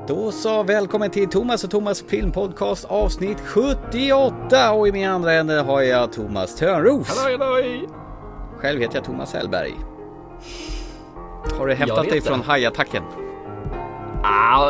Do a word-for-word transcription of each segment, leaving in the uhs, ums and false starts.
Då så, välkommen till Thomas och Thomas filmpodcast avsnitt sjuttioåtta. Och i min andra ände har jag Thomas Törnros. Halloj, halloj. Själv heter jag Thomas Hellberg. Har du hämtat dig från hajattacken? Ah,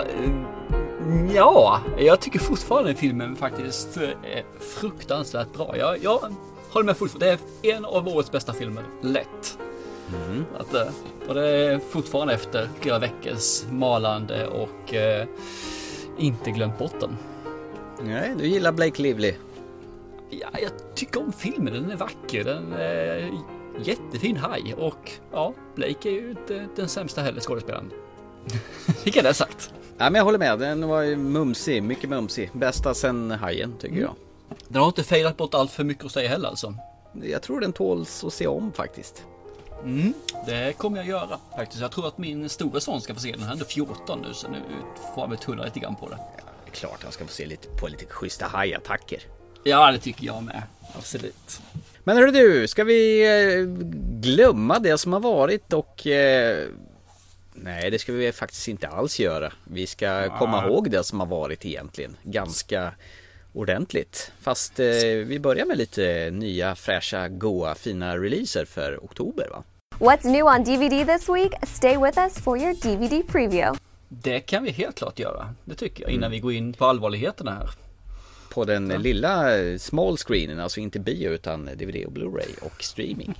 ja, jag tycker fortfarande filmen faktiskt är fruktansvärt bra. Jag, jag håller med fortfarande. Det är en av årets bästa filmer. Lätt. Mm. Att, och det är fortfarande efter flera veckors malande och eh, inte glömt bort den. Nej, du gillar Blake Lively. Ja, jag tycker om filmen. Den är vacker. Den är jättefin haj. Och ja, Blake är ju inte den sämsta heller skådespelaren. Vilket är det sagt. Ja, men jag håller med. Den var ju mumsig. Mycket mumsig. Bästa sen hajen, tycker mm. jag. Den har inte fejlat bort allt för mycket att säga heller alltså. Jag tror den tåls att se om faktiskt. Mm, det kommer jag göra faktiskt. Jag tror att min stora son ska få se den. Han är fjorton nu, så nu får jag väl tulla lite grann på det. Ja, det är klart han ska få se lite på lite schyssta hajattacker. Ja, det tycker jag med. Absolut. Men hörru du, ska vi glömma det som har varit och... Eh, nej, det ska vi faktiskt inte alls göra. Vi ska komma ja. ihåg det som har varit egentligen. Ganska ordentligt. Fast eh, vi börjar med lite nya, fräscha, goa, fina releaser för oktober, va? What's new on D V D this week? Stay with us for your D V D preview. Det kan vi helt klart göra. Det tycker jag, innan mm. vi går in på allvarligheterna här. På den ja. lilla small screenen, alltså inte bio utan D V D och Blu-ray och streaming.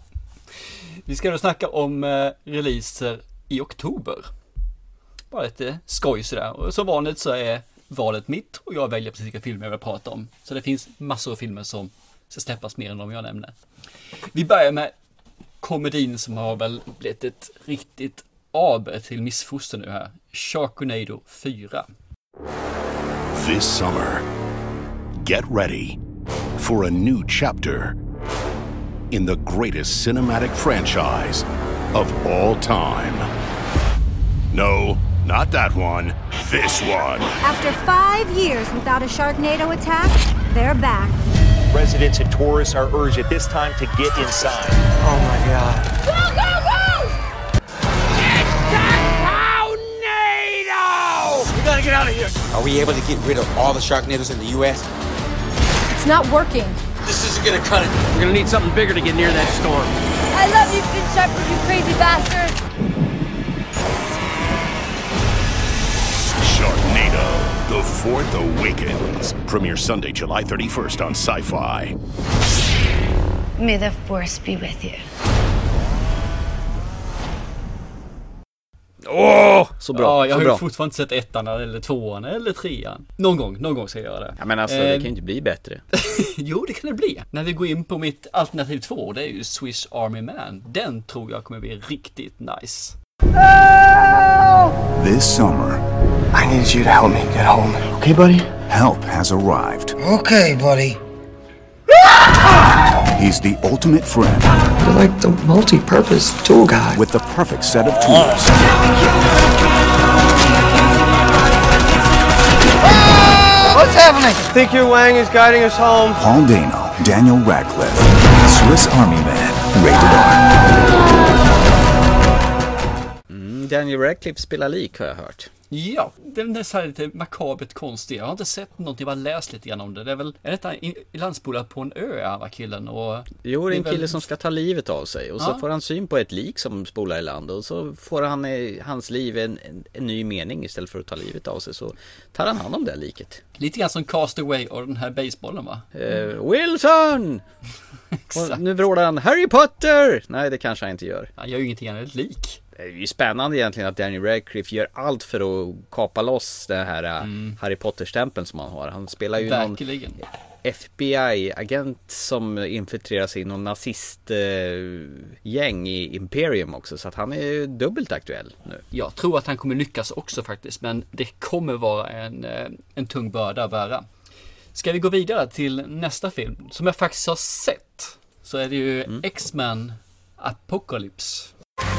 Vi ska då snacka om eh, releaser i oktober. Bara lite skoj sådär. Och som vanligt så är valet mitt och jag väljer precis vilka filmer jag vill prata om. Så det finns massor av filmer som ska släppas mer än de jag nämner. Vi börjar med komedin som har väl blivit ett riktigt aber till missfoster nu här. Sharknado fyra. This summer, get ready for a new chapter in the greatest cinematic franchise of all time. No, not that one. This one. After five years without a Sharknado attack, they're back. Residents and tourists are urged at this time to get inside. Oh my God. Go, go, go! It's the tornado! We gotta get out of here. Are we able to get rid of all the Sharknadoes in the U S? It's not working. This isn't gonna cut it. We're gonna need something bigger to get near that storm. I love you, Finn Shepard, you crazy bastard! Sharknado, The Fourth Awakens. Premiere Sunday, July thirty-first on Sci-Fi. May the force be with you. Åh, oh, så bra. Ja, jag så har bra. ju fortfarande inte sett ettan eller tvåan eller trean. Någon gång, någon gång ska jag göra det. Ja, men alltså, eh, det kan ju inte bli bättre. Jo, det kan det bli. När vi går in på mitt alternativ två, det är ju Swiss Army Man. Den tror jag kommer bli riktigt nice. Oh! This summer, I need you to help me get home. Okay, buddy? Help has arrived. Okay, buddy. He's the ultimate friend. You're like the multi-purpose tool guy. With the perfect set of tools. What's happening? I think your Wang is guiding us home. Paul Dano, Daniel Radcliffe. Swiss Army Man. Rated R. Mm, Daniel Radcliffe spelar lik, har jag hört. Ja, den är så här lite makabert konstig. Jag har inte sett någonting, bara läst lite grann om det. Det är väl, är detta i landspolar på en ö, han var killen? Och jo, det är en det är kille väl... som ska ta livet av sig. Och ja. så får han syn på ett lik som spolar i land. Och så får han i hans liv en, en, en ny mening. Istället för att ta livet av sig så tar han hand om det liket. Lite grann som Castaway och den här basebollen, va? Uh, Wilson! Och nu vrålar han Harry Potter! Nej, det kanske han inte gör. Han gör ju ingenting annat lik. Det är ju spännande egentligen att Daniel Radcliffe gör allt för att kapa loss den här mm. Harry Potter-stämpeln som han har. Han spelar ju verkligen någon F B I-agent som infiltrerar sig i någon nazistgäng i Imperium också. Så att han är dubbelt aktuell nu. Jag tror att han kommer lyckas också faktiskt. Men det kommer vara en, en tung börda att bära. Ska vi gå vidare till nästa film som jag faktiskt har sett, så är det ju mm. X-Men Apocalypse.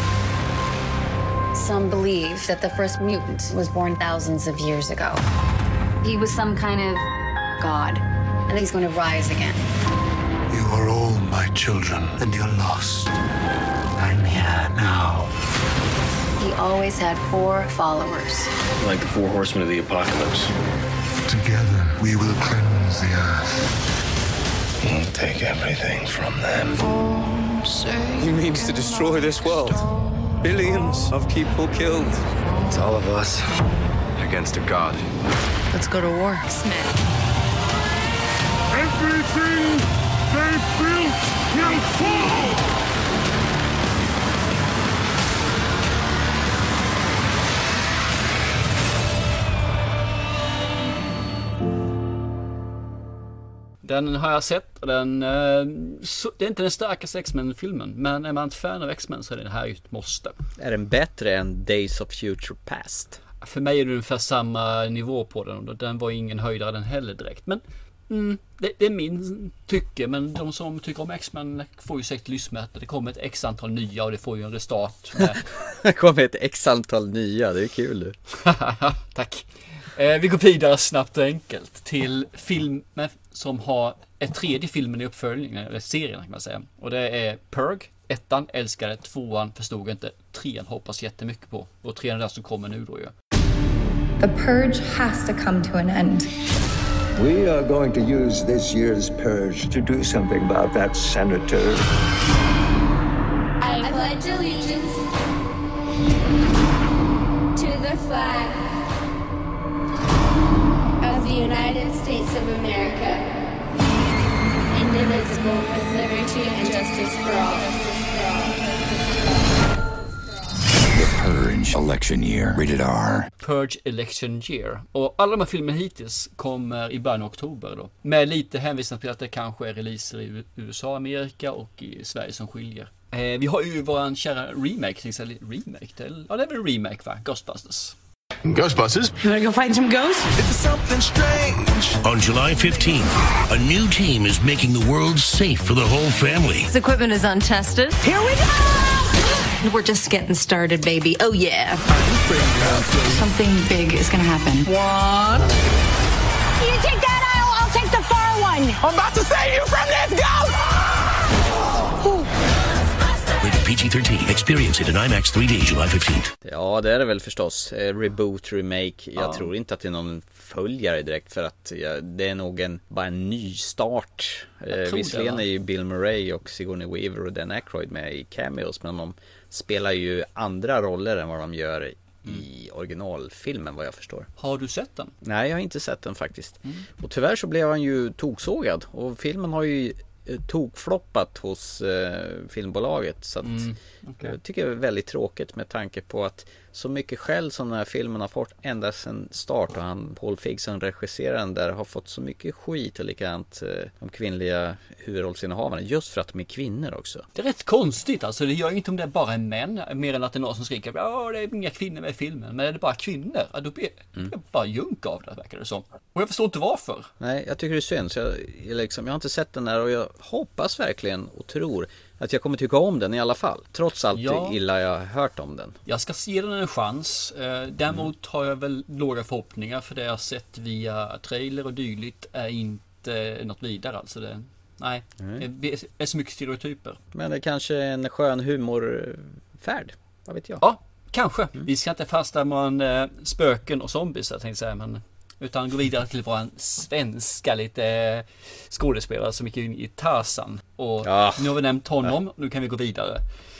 Some believe that the first mutant was born thousands of years ago. He was some kind of god, and he's going to rise again. You are all my children, and you're lost. I'm here now. he always had four followers. Like the four horsemen of the apocalypse. Together, we will cleanse the earth. We'll take everything from them. He means to destroy this world. Billions of people killed. It's all of us against a god. Let's go to war, Smith. Everything they built will fall! Den har jag sett och den, eh, så, det är inte den starkaste X-Men-filmen, men är man ett fan av X-Men så är det här ju ett måste. Är den bättre än Days of Future Past? För mig är det ungefär samma nivå på den och den var ingen höjdare den heller direkt. Men mm, det, det är min tycke, men de som tycker om X-Men får ju säkert lyssmäta. Det kommer ett x antal nya och det får ju en restart. Med... det kommer ett x antal nya, det är kul du. Tack. Eh, vi går vidare snabbt och enkelt till filmen som har ett tredje filmen i uppföljningen, eller serien kan man säga. Och det är Purge. Ettan älskade, tvåan förstod jag inte, trean hoppas jättemycket på. Och trean är den som kommer nu då ju. The purge has to come to an end. We are going to use this year's purge to do something about that senator. I pledge allegiance to the flag of the United States of America, indivisible with liberty and justice for all. The Purge Election Year, rated R. Purge Election Year. Och alla de här filmerna hittills kommer i början av oktober då. Med lite hänvisning till att det kanske är releaser i U S A, Amerika och i Sverige som skiljer. Eh, vi har ju våran kära remake, till remake till, ja det är väl en remake va? Ghostbusters. Ghostbusters. You wanna go find some ghosts? It's something strange. On July fifteenth, a new team is making the world safe for the whole family. This equipment is untested. Here we go! We're just getting started, baby. Oh yeah. Something big is gonna happen. One. You take that aisle, I'll take the far one. I'm about to save you from this ghost! Rated P G thirteen. Experience it in IMAX three D July fifteenth. Ja, det är det väl förstås. Reboot, remake. Jag ja. tror inte att det är någon följare direkt, för att ja, det är nog en, bara en ny start. Eh, visserligen är ju Bill Murray och Sigourney Weaver och Dan Aykroyd med i cameos, men de spelar ju andra roller än vad de gör i mm. originalfilmen, vad jag förstår. Har du sett den? Nej, jag har inte sett den faktiskt. Mm. Och tyvärr så blev han ju toksågad, och filmen har ju tokfloppat hos eh, filmbolaget, så att mm, okay. jag tycker det är väldigt tråkigt med tanke på att så mycket skäll som den här filmen har fått ända sedan start, och han Paul Feig som regisseraren där har fått så mycket skit, och likadant eh, de kvinnliga huvudrollsinnehavarna, just för att de är kvinnor också. Det är rätt konstigt, alltså det gör inte om det är bara en män, mer än att det är någon som skriker ja det är inga kvinnor med i filmen, men är det bara kvinnor, ja, då blir mm. det bara junk av det, verkar det som. Och jag förstår inte varför. Nej, jag tycker det är synd, så jag, jag, liksom, jag har inte sett den där, och jag hoppas verkligen och tror att jag kommer tycka om den i alla fall, trots allt ja. det illa jag har hört om den. Jag ska se den en chans. Däremot mm. har jag väl låga förhoppningar, för det jag har sett via trailer och dylikt är inte något vidare. Alltså det, nej, mm. det är så mycket stereotyper. Men det är kanske en skön humorfärd, vad vet jag? Ja, kanske. Mm. Vi ska inte fasta med spöken och zombies, jag tänkte säga, men utan gå vidare till våran svenska lite skådespelare som gick in i Tarzan. Och ja. nu har vi nämnt honom, ja. nu kan vi gå vidare.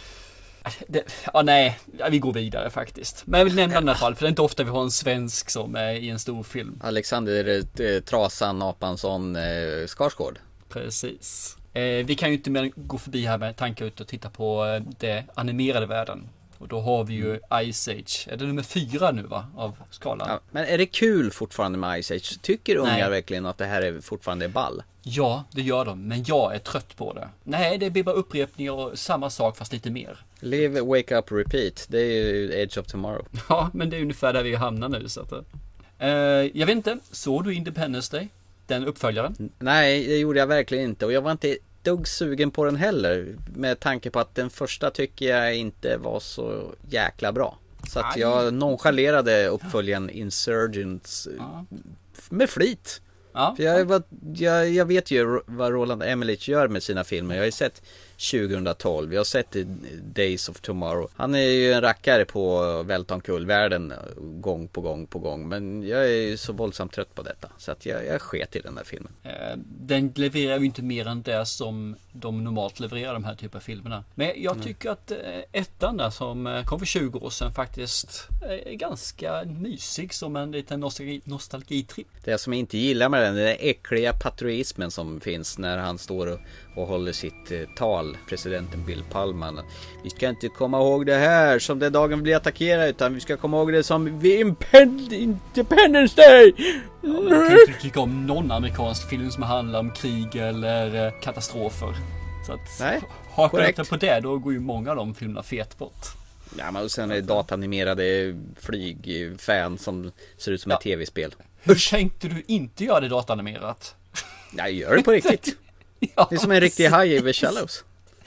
Det, ja nej, ja, vi går vidare faktiskt. Men jag vill nämna den i alla fall, för det är inte ofta vi har en svensk som är i en stor film. Alexander eh, Trasan Apansson eh, Skarsgård. Precis. Eh, vi kan ju inte mer gå förbi här med tankar ut och titta på eh, det animerade världen. Och då har vi ju Ice Age. Är det nummer fyra nu va? Av skalan. Ja, men är det kul fortfarande med Ice Age? Tycker ungar Nej. verkligen att det här är fortfarande ball? Ja, det gör de. Men jag är trött på det. Nej, det blir bara upprepningar och samma sak fast lite mer. Live, wake up, repeat. Det är ju Edge of Tomorrow. Ja, men det är ungefär där vi hamnar nu. Så att, uh, jag vet inte. Såg du Independence Day? Den uppföljaren? Nej, det gjorde jag verkligen inte. Och jag var inte dugg sugen på den heller, med tanke på att den första tycker jag inte var så jäkla bra. Så att jag nonchalerade uppföljaren Insurgents med flit. Ja. För jag, var, jag, jag vet ju vad Roland Emmerich gör med sina filmer. Jag har ju sett tjugohundratolv, jag har sett Days of Tomorrow. Han är ju en rackare på välta omkull världen gång på gång på gång. Men jag är ju så våldsamt trött på detta. Så att jag, jag sket i den där filmen. Den levererar ju inte mer än det som de normalt levererar, de här typen av filmerna. Men jag tycker mm. att ettan där som kom för tjugo år sedan faktiskt är ganska mysig som en liten nostalgi, nostalgitripp. Det som jag inte gillar med den, den är äckliga patriotismen som finns när han står och, och håller sitt eh, tal, presidenten Bill Pullman. Vi ska inte komma ihåg det här som den dagen vi blir attackerade, utan vi ska komma ihåg det som vi Impend- Independence Day. Ja, men du kan inte tycka om någon amerikansk film som handlar om krig eller eh, katastrofer. Så att Nej, hakar efter på det, då går ju många av de filmerna fet bort. Ja, men och sen är det datanimerade flygfan som ser ut som ja. ett tv-spel. Hur tänkte du inte göra det datanimerat? Jag gör det på riktigt. Ja, det är som en riktig haj i The Shallows.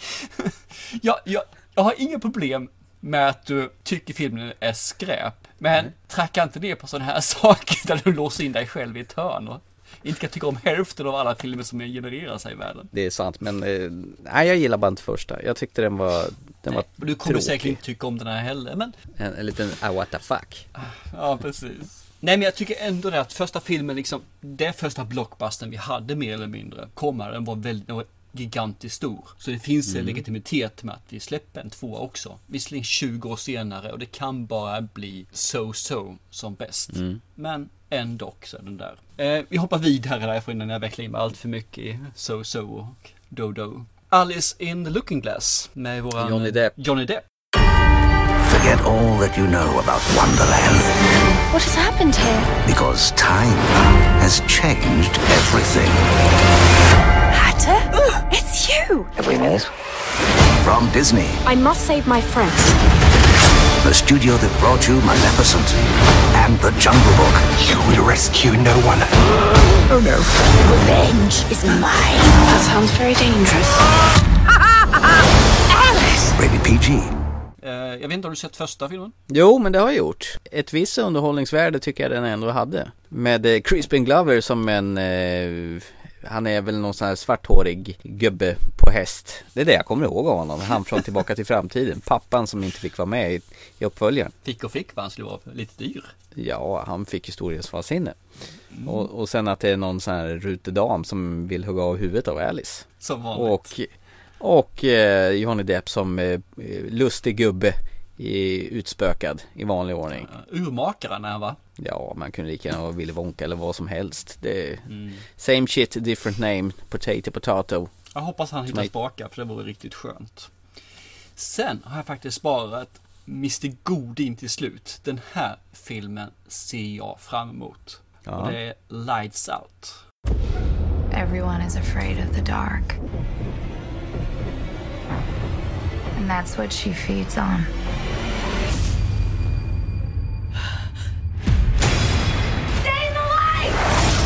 ja, jag, jag har inga problem med att du tycker filmen är skräp. Men mm. tracka inte ner på sådana här saker där du låser in dig själv i ett hörn och inte kan tycka om hälften av alla filmer som genererar sig i världen. Det är sant, men eh, nej, jag gillar bara inte första. Jag tyckte den var den nej, var Du kommer tråkig. säkert inte tycka om den här heller, men en, en liten ah, what the fuck. Ja, precis. Nej, men jag tycker ändå det att första filmen liksom, det första blockbustern vi hade mer eller mindre, kommer den var väldigt den var gigantiskt stor. Så det finns mm. en legitimitet med att vi släpper en tvåa också. Visserligen tjugo år senare, och det kan bara bli so-so som bäst. Mm. Men ändå så är den där. Eh, vi hoppar vidare därifrån innan jag vecklar in med allt för mycket i so-so och do-do. Alice in the Looking Glass med våran Johnny Depp. Johnny Depp. Forget all that you know about Wonderland. What has happened here? Because time has changed everything. Hatter? It's you! Have we met? From Disney. I must save my friends. The studio that brought you Maleficent and The Jungle Book. You will rescue no one. Oh no. Revenge is mine. That sounds very dangerous. Alice! Rated P G. Jag vet inte, har du sett första filmen? Jo, men det har jag gjort. Ett visst underhållningsvärde tycker jag den ändå hade. Med Crispin Glover som en... Eh, han är väl någon sån här svarthårig gubbe på häst. Det är det jag kommer ihåg av honom. Han från Tillbaka till framtiden. Pappan som inte fick vara med i, i uppföljaren. Fick och fick, vad han skulle vara lite dyr. Ja, han fick historiesvansinne. Mm. Och, och sen att det är någon sån här rutedam som vill hugga av huvudet av Alice. Som vanligt. Och... Och eh, Johnny Depp som eh, lustig gubbe i, utspökad i vanlig ordning. Uh, urmakaren är va? Ja, man kunde lika gärna vara Willy Wonka eller vad som helst. Det mm. Same shit, different name, potato, potato. Jag hoppas han hittar tillbaka, för det vore riktigt skönt. Sen har jag faktiskt sparat mister Godin till slut. Den här filmen ser jag fram emot. Ja. Och det är Lights Out. Everyone is afraid of the dark. And that's what she feeds on. Stay in the light!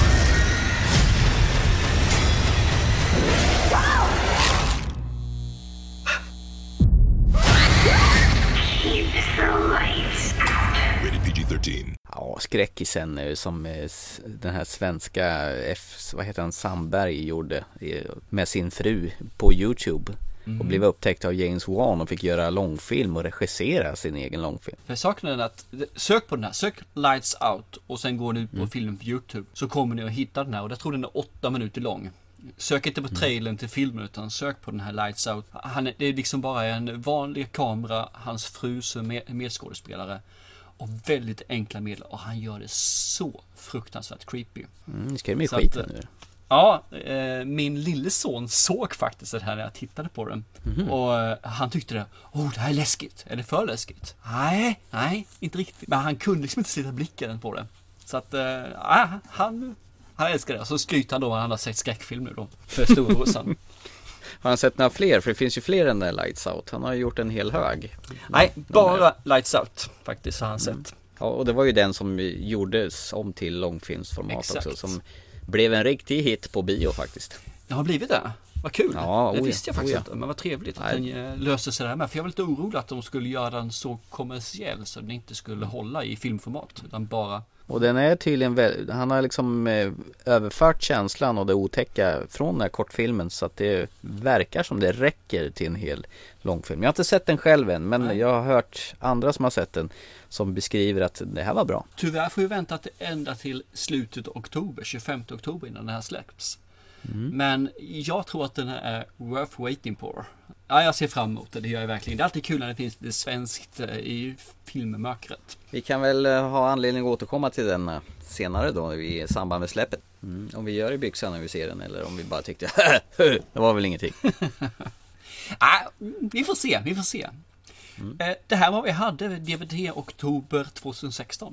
Keep the lights out. Rated P G thirteen. Ja, skräckisen nu som den här svenska F, vad heter han, Sandberg gjorde med sin fru på YouTube. Mm. Och blev upptäckt av James Wan och fick göra långfilm och regissera sin egen långfilm. För saken är att, sök på den här, sök Lights Out och sen går ni ut på mm. film på YouTube, så kommer ni att hitta den här, och jag tror den är åtta minuter lång. Sök inte på trailern mm. till filmen, utan sök på den här Lights Out. Han är, det är liksom bara en vanlig kamera, hans fru som är medskådespelare. Och väldigt enkla medel, och han gör det så fruktansvärt creepy. Mm, ska det med skiten nu? Ja, eh, min lille son såg faktiskt det här när jag tittade på den. Mm-hmm. Och eh, han tyckte det, oh det här är läskigt. Är det för läskigt? Nej, nej, inte riktigt. Men han kunde liksom inte slita blicken på det. Så att, eh, han, han älskar det. Så skryter han då att han har sett skräckfilm nu då. För storbrorsan. Har han sett några fler? För det finns ju fler än där Lights Out. Han har gjort en hel hög. Nej, bara Lights Out faktiskt har han sett. Mm. Ja, och det var ju den som gjordes om till långfilmsformat. Exakt. Också. Som blev en riktig hit på bio faktiskt. Det har blivit det. Vad kul. Ja, det oja, visste jag faktiskt oja. inte. Men vad trevligt att Nej. den löser sig där med. För jag var lite orolig att de skulle göra den så kommersiell så den inte skulle hålla i filmformat. Utan bara Och den är tydligen väl, han har liksom eh, överfört känslan och det otäcka från den här kortfilmen, så att det verkar som det räcker till en hel långfilm. Jag har inte sett den själv än, men Nej. jag har hört andra som har sett den som beskriver att det här var bra. Tyvärr får vi vänta till ända till slutet av oktober, tjugofemte oktober innan den här släpps. Mm. Men jag tror att den här är worth waiting for. Ja, jag ser fram emot det, det gör jag verkligen. Det är alltid kul när det finns det svenskt i filmmörkret. Vi kan väl ha anledning att återkomma till den senare då i samband med släppet. Mm. Om vi gör i byxan när vi ser den, eller om vi bara tyckte det var väl ingenting. ah, vi får se, vi får se. Mm. Eh, det här var vi hade D V D oktober tjugohundrasexton.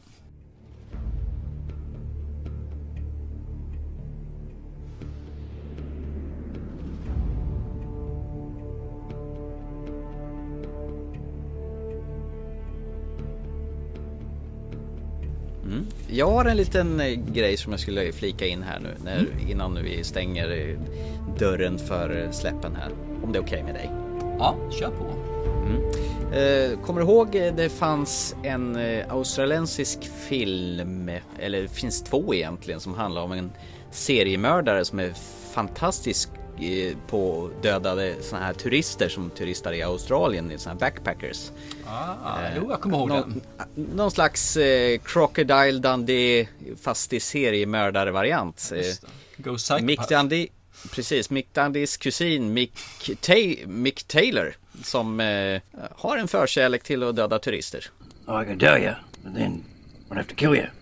Mm. Jag har en liten eh, grej som jag skulle flika in här nu när, mm. innan vi stänger eh, dörren för eh, släppen här. Om det är okej okay med dig. Ja, kör på. Mm. Eh, kommer du ihåg eh, det fanns en eh, australiensisk film, eller det finns två egentligen, som handlar om en seriemördare som är fantastisk eh, på dödade såna här turister som turistar i Australien, i såna här backpackers. Ah, eh, jo, jag kommer ihåg någon, den. Någon slags eh, Crocodile Dundee fast i seriemördare-variant. Eh, Go Psychopath. Mick Dundee, precis, Mick Dundees kusin Mick, Ta- Mick Taylor som eh, har en förkärlek till att döda turister. Oh, I can tell you, but then I'll have to kill you.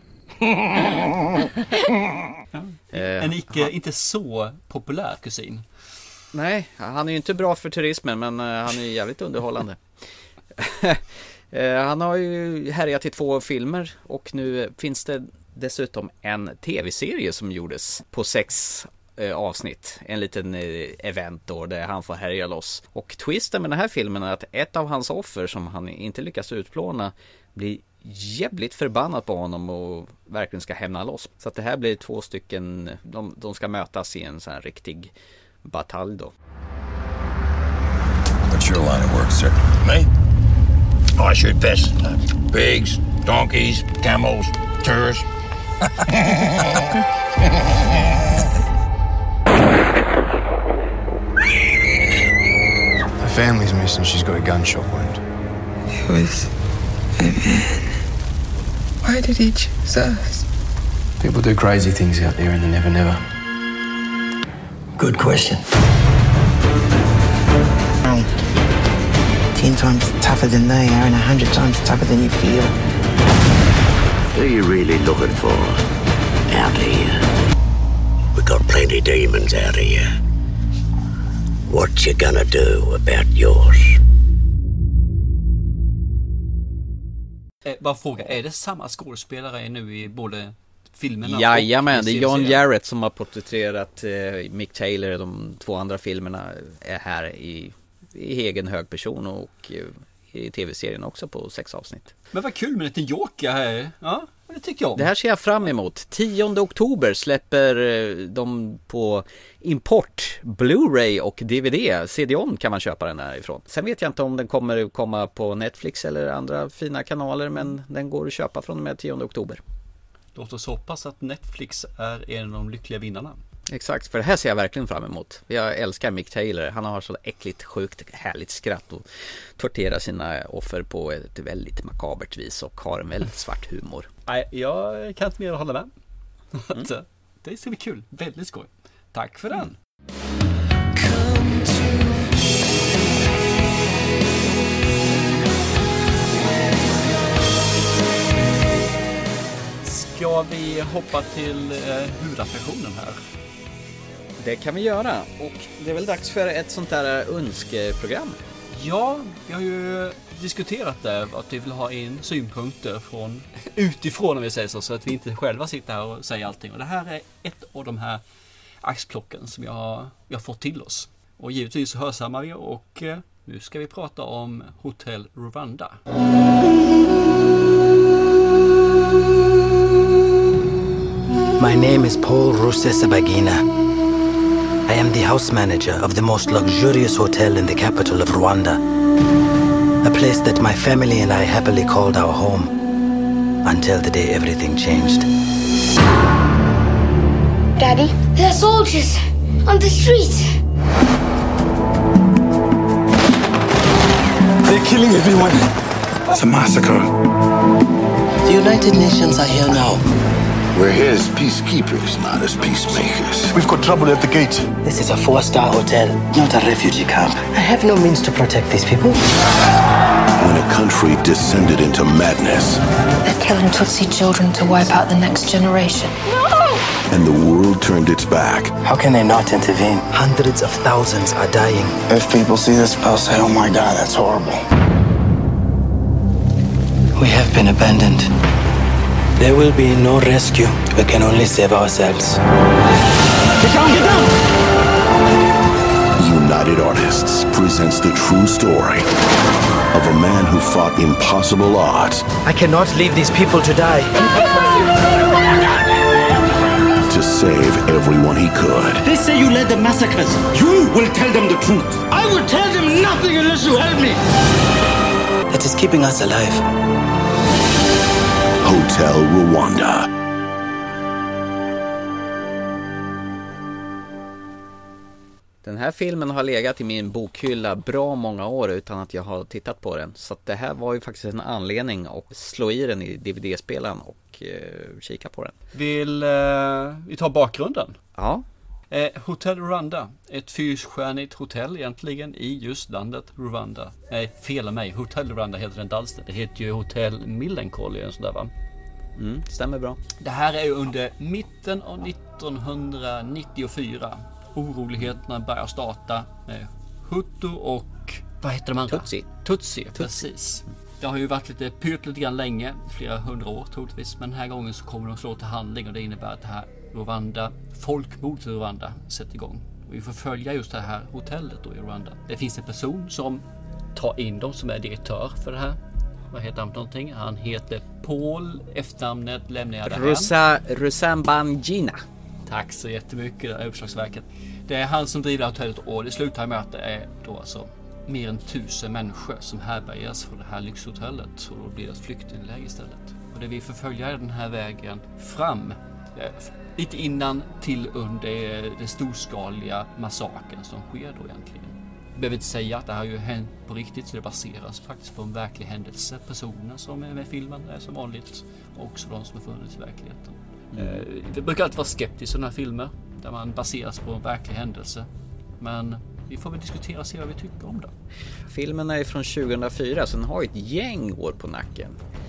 eh, en icke, inte så populär kusin. Nej, han är ju inte bra för turismen, men uh, han är jävligt underhållande. uh, han har ju härjat i två filmer och nu finns det dessutom en tv-serie som gjordes på sex uh, avsnitt. En liten uh, event då där han får härja loss. Och twisten med den här filmen är att ett av hans offer som han inte lyckas utplåna blir jävligt förbannat på honom och verkligen ska hämna loss. Så att det här blir två stycken, de, de ska mötas i en sån här riktig batalj då. What's your line of work, sir? Me? I shoot pests. Pigs, donkeys, camels, tourists. Her family's missing. She's got a gunshot wound. It was a man. Why did he choose us? People do crazy things out there in the Never Never. Good question. I'm ten times tougher than they are and a hundred times tougher than you feel. What are you really looking for out here? We got plenty demons out here. What you gonna do about yours? Eh, bara fråga, är det samma skådespelare nu i både filmerna? Jajamän, det är John Jarrett som har porträtterat eh, Mick Taylor. De två andra filmerna är här i, i egen hög person och eh, i tv-serien också på sex avsnitt. Men vad kul med lite Joker här. Ja, det tycker jag om. Det här ser jag fram emot. tionde oktober släpper de på import, Blu-ray och D V D. C D-on kan man köpa den här ifrån. Sen vet jag inte om den kommer komma på Netflix eller andra fina kanaler, men den går att köpa från och med tionde oktober. Låt oss hoppas att Netflix är en av de lyckliga vinnarna. Exakt, för det här ser jag verkligen fram emot. Jag älskar Mick Taylor. Han har så äckligt, sjukt, härligt skratt och torterar sina offer på ett väldigt makabert vis och har en väldigt svart humor. Nej, jag kan inte mer hålla med. Mm. Det ska bli kul, väldigt skoj. Tack för den. Ska vi hoppa till eh, huvudattraktionen här? Det kan vi göra, och det är väl dags för ett sånt där önskeprogram. Ja, vi har ju diskuterat det, att vi vill ha in synpunkter från utifrån, om vi säger så, så att vi inte själva sitter här och säger allting. Och det här är ett av de här axplocken som jag har, vi har fått till oss. Och givetvis så hörsammar vi, och eh, nu ska vi prata om Hotel Rwanda. My name is Paul Rusesabagina. I am the house manager of the most luxurious hotel in the capital of Rwanda. A place that my family and I happily called our home. until the day everything changed. Daddy, there are soldiers on the street. They're killing everyone. It's a massacre. The United Nations are here now. We're his peacekeepers, not his peacemakers. We've got trouble at the gate. This is a four-star hotel, not a refugee camp. I have no means to protect these people. When a country descended into madness. They're killing Tutsi children to wipe out the next generation. No! And the world turned its back. How can they not intervene? Hundreds of thousands are dying. If people see this, they'll say, oh my God, that's horrible. We have been abandoned. There will be no rescue. We can only save ourselves. Get down, get down! United Artists presents the true story of a man who fought impossible odds. I cannot leave these people to die. To save everyone he could. They say you led the massacres. You will tell them the truth. I will tell them nothing unless you help me. That is keeping us alive. Hotel Rwanda. Den här filmen har legat i min bokhylla bra många år utan att jag har tittat på den. Så att det här var ju faktiskt en anledning att slå i den i D V D-spelaren och eh, kika på den. Vill eh, vi ta bakgrunden? Ja. Eh, Hotel Rwanda, ett fyrstjärnigt hotell egentligen i just landet Rwanda. Nej, fel av mig. Hotel Rwanda heter det inte alls det. Det heter ju Hotel Millencolin eller sådär, va? Mm, stämmer bra. Det här är ju under mitten av nittonhundranittiofyra. Oroligheterna börjar starta med Hutu och vad heter de andra? Tutsi. Tutsi, precis. Det har ju varit lite pyrt lite grann länge, flera hundra år troligtvis, men den här gången så kommer de slå till handling och det innebär att det här Rwanda, folkmord till Rwanda sätter igång. Och vi får följa just det här hotellet då i Rwanda. Det finns en person som tar in dem som är direktör för det här. Vad heter han för någonting? Han heter Paul, efternamnet lämnar jag därhän. Rusa, Rusambangina. Tack så jättemycket, det är uppslagsverket. Det är han som driver hotellet och det slutar med att det är då alltså mer än tusen människor som härbärgas från det här lyxhotellet och då blir det ett flyktingläge istället. Och det vi förföljer den här vägen fram lite innan till under den storskaliga massakern som sker då egentligen. Jag behöver inte säga att det har ju hänt på riktigt, så det baseras faktiskt på en verklig händelse. Personer som är med i filmen är som vanligt och också de som har funnits i verkligheten. Mm. Vi brukar alltid vara skeptiska i sådana här filmer där man baseras på en verklig händelse. Men vi får väl diskutera och se vad vi tycker om det. Filmen är från tjugohundrafyra så den har ett gäng år på nacken.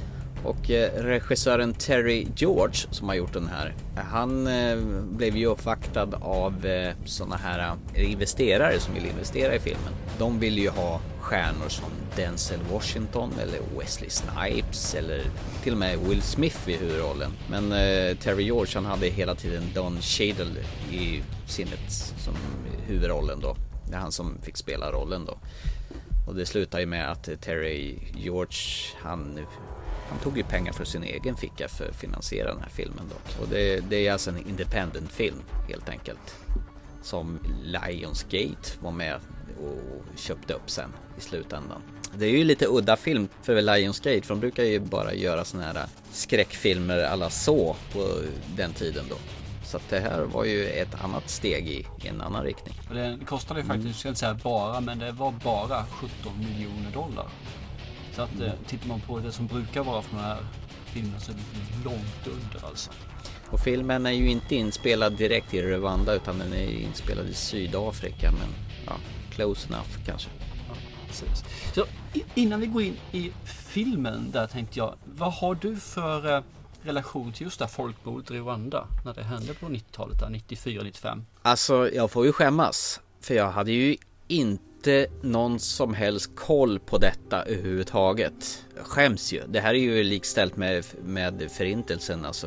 Och eh, regissören Terry George som har gjort den här, han eh, blev ju uppvaktad av eh, såna här eh, investerare som vill investera i filmen. De vill ju ha stjärnor som Denzel Washington eller Wesley Snipes eller till och med Will Smith i huvudrollen. Men eh, Terry George han hade hela tiden Don Cheadle i sinnet som huvudrollen då. Det är han som fick spela rollen då. Och det slutar ju med att Terry George han Han tog ju pengar för sin egen ficka för att finansiera den här filmen då. Och det, det är alltså en independent film helt enkelt. Som Lionsgate var med och köpte upp sen i slutändan. Det är ju lite udda film för Lionsgate, för de brukar ju bara göra såna här skräckfilmer alla så på den tiden då. Så att det här var ju ett annat steg i, i en annan riktning. Och det kostade ju faktiskt, jag ska inte säga bara, men det var bara sjutton miljoner dollar. Så att mm. tittar man på det som brukar vara från den här filmen så är det långt under alltså. Och filmen är ju inte inspelad direkt i Rwanda utan den är inspelad i Sydafrika, men ja, close enough kanske. Ja, precis. Så innan vi går in i filmen där tänkte jag, vad har du för eh, relation till just det här folkmordet i Rwanda när det hände på nittiotalet, där, nittiofyra nittiofem? Alltså jag får ju skämmas, för jag hade ju inte någon som helst koll på detta överhuvudtaget. Jag skäms ju. Det här är ju likställt med, med förintelsen, alltså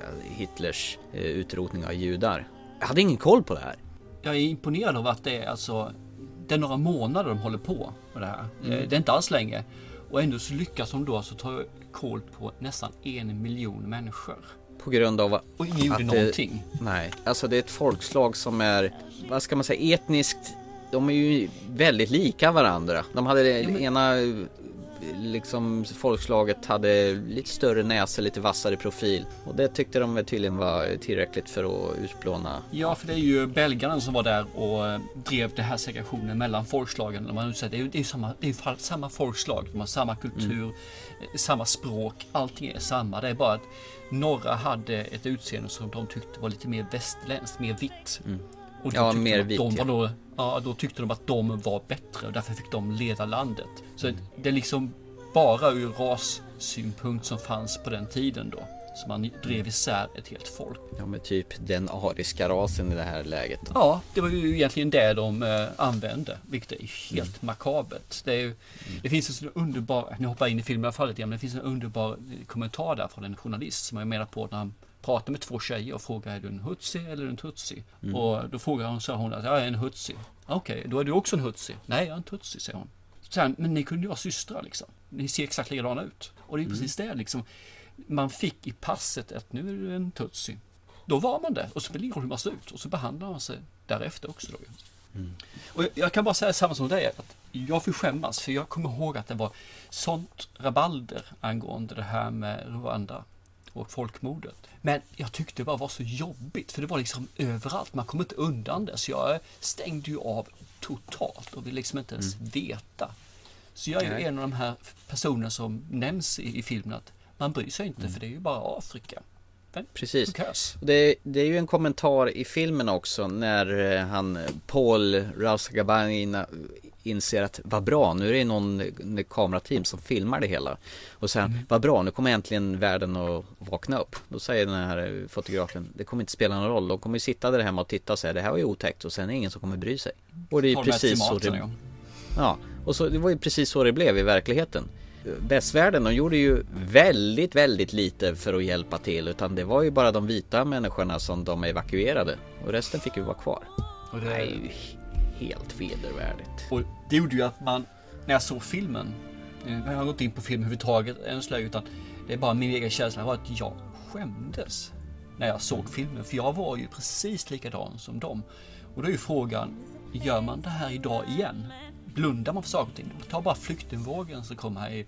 Hitlers eh, utrotning av judar. Jag hade ingen koll på det här. Jag är imponerad av att det är alltså det är några månader de håller på med det här. Mm. Det är inte alls länge. Och ändå så lyckas de då alltså ta koll på nästan en miljon människor. På grund av att, och ingen gjorde att någonting. Det, nej, alltså det är ett folkslag som är, vad ska man säga, etniskt. De är ju väldigt lika varandra. De hade det ja, men... ena liksom folkslaget hade lite större näsa, lite vassare profil. Och det tyckte de väl tydligen var tillräckligt för att utplåna. Ja, för det är ju belgarna som var där och drev det här segregationen mellan folkslagen. Man säger, det är ju det är samma, det är samma folkslag, de har samma kultur, mm. samma språk, allting är samma. Det är bara att några hade ett utseende som de tyckte var lite mer västerländskt, mer vitt. Mm. Och ja, mer vitt. De var ja. då, ja, då tyckte de att de var bättre och därför fick de leda landet. Så mm. det är liksom bara ur rassynpunkt som fanns på den tiden då. Så man drev isär ett helt folk. Ja, med typ den ariska rasen i det här läget. Då. Ja, det var ju egentligen det de eh, använde. Vilket är helt mm. makabert. Det, är ju, mm. det finns en sån underbar, nu hoppar jag in i filmen i alla fallet igen, men det finns en underbar kommentar där från en journalist som jag menar på när han pratar med två tjejer och frågar, är du en hutsi eller en tutsi? Mm. Och då frågar hon, så hon att jag är en hutsi. Okej, okay, då är du också en hutsi. Nej, jag är en tutsi, säger hon. Så här, men ni kunde ju vara systrar liksom. Ni ser exakt likadana ut. Och det är mm. precis det liksom. Man fick i passet att nu är du en tutsi. Då var man det. Och så blir det hur man ser ut. Och så behandlar man sig därefter också då. Mm. Och jag kan bara säga samma som dig. Att jag får skämmas. För jag kommer ihåg att det var sånt rabalder angående det här med Rwanda och folkmordet. Men jag tyckte det bara var så jobbigt. För det var liksom överallt. Man kom inte undan det. Så jag stängde ju av totalt. Och ville liksom inte ens mm. veta. Så jag är ju en av de här personerna som nämns i, i filmen att man bryr sig inte, mm. för det är ju bara Afrika. Men, precis. Det, det är ju en kommentar i filmen också när han, Paul Rusesabagina inser att vad bra, nu är det någon kamerateam som filmar det hela. Och sen, mm. vad bra, nu kommer äntligen världen att vakna upp. Då säger den här fotografen, det kommer inte spela någon roll. De kommer sitta där hemma och titta och säga, det här var ju otäckt. Och sen är det ingen som kommer bry sig. Och det är ju precis så det... Ja, och så, det var ju precis så det blev i verkligheten. Västvärlden, de gjorde ju väldigt, väldigt lite för att hjälpa till. Utan det var ju bara de vita människorna som de evakuerade. Och resten fick ju vara kvar. Och det är ju helt vedervärdigt. Och det gjorde ju att man, när jag såg filmen, jag har gått in på film överhuvudtaget än så länge, utan det är bara min egen känsla var att jag skämdes när jag såg filmen. För jag var ju precis likadan som dem. Och då är ju frågan, gör man det här idag igen? Blundar man för saker och ting? Ta bara flyktingvågen som kom här i,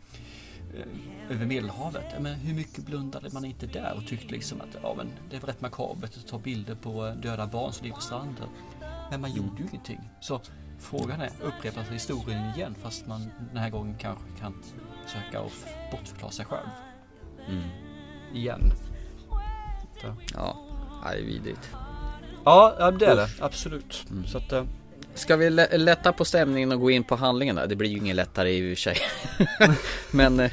eh, över Medelhavet. Men hur mycket blundade man inte där och tyckte liksom att ja, men det var rätt makabert att ta bilder på döda barn som ligger på stranden. Men man gjorde ju ingenting. Så frågan är, upprepas historien igen fast man den här gången kanske kan söka och bortförklara sig själv. Mm. Igen. Så. Ja, det är vidrigt. Ja, det är det. Absolut. Mm. Så att... Ska vi lätta på stämningen och gå in på handlingarna? Det blir ju ingen lättare i och för sig. Men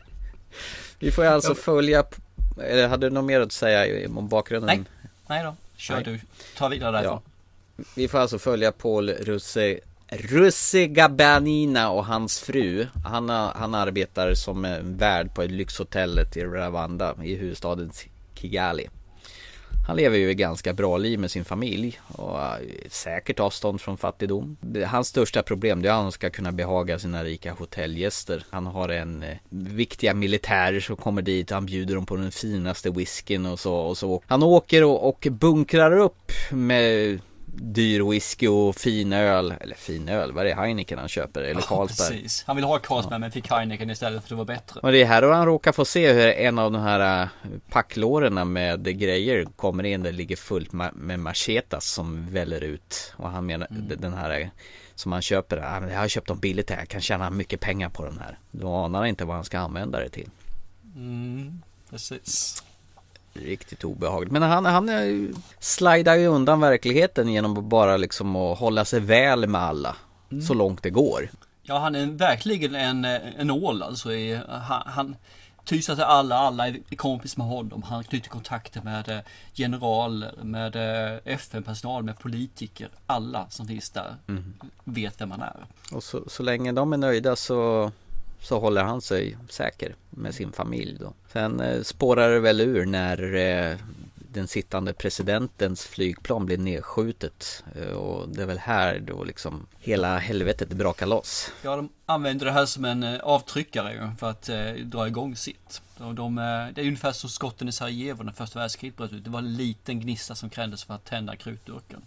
vi får ju alltså följa. Eller hade du något mer att säga om bakgrunden? Nej, Nej då. Kör Nej. du. Ta vidare därifrån. Ja. Vi får alltså följa Paul Russe, Rusesabagina och hans fru. Han, han arbetar som värd på ett lyxhotell i Rwanda i huvudstaden Kigali. Han lever ju ett ganska bra liv med sin familj och säkert avstånd från fattigdom. Hans största problem är att han ska kunna behaga sina rika hotellgäster. Han har en eh, viktiga militärer som kommer dit och han bjuder dem på den finaste whiskyn och så. Och så. Han åker och, och bunkrar upp med dyr whisky och fin öl. Eller fin öl, vad är det? Heineken han köper? Eller ja, Carlsberg. Precis. Han vill ha Carlsberg ja. men fick Heineken istället för det var bättre. Och det är här och han råkar få se hur en av de här packlårorna med grejer kommer in. Det ligger fullt med machetas som väller ut. Och han menar mm. den här som han köper. Ah, men jag har köpt dem billigt här. Jag kan tjäna mycket pengar på den här. Då anar han inte vad han ska använda det till. Mm, precis. Riktigt obehagligt. Men han, han slidar ju undan verkligheten genom att bara liksom att hålla sig väl med alla. Mm. Så långt det går. Ja, han är verkligen en, en ål. Alltså, han, han tysar till alla, alla är kompis med honom. Han knyter kontakter med generaler, med F N-personal, med politiker. Alla som finns där mm. vet vem man är. Och så, så länge de är nöjda så... så håller han sig säker med sin familj då. Sen eh, spårar det väl ur när eh, den sittande presidentens flygplan blir nedskjutet. Eh, och det är väl här då liksom hela helvetet brakar loss. Ja, de använder det här som en eh, avtryckare för att eh, dra igång sitt. Och de, eh, det är ungefär som skotten i Sarajevo när första världskriget bröt ut. Det var en liten gnista som krävdes för att tända krutdurken.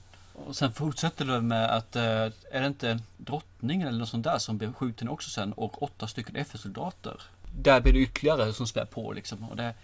Och sen fortsätter det med att är det inte drottningen eller något sånt där som blir skjuten också sen och åtta stycken F S-soldater. Där blir det ytterligare som spär på liksom. Och det,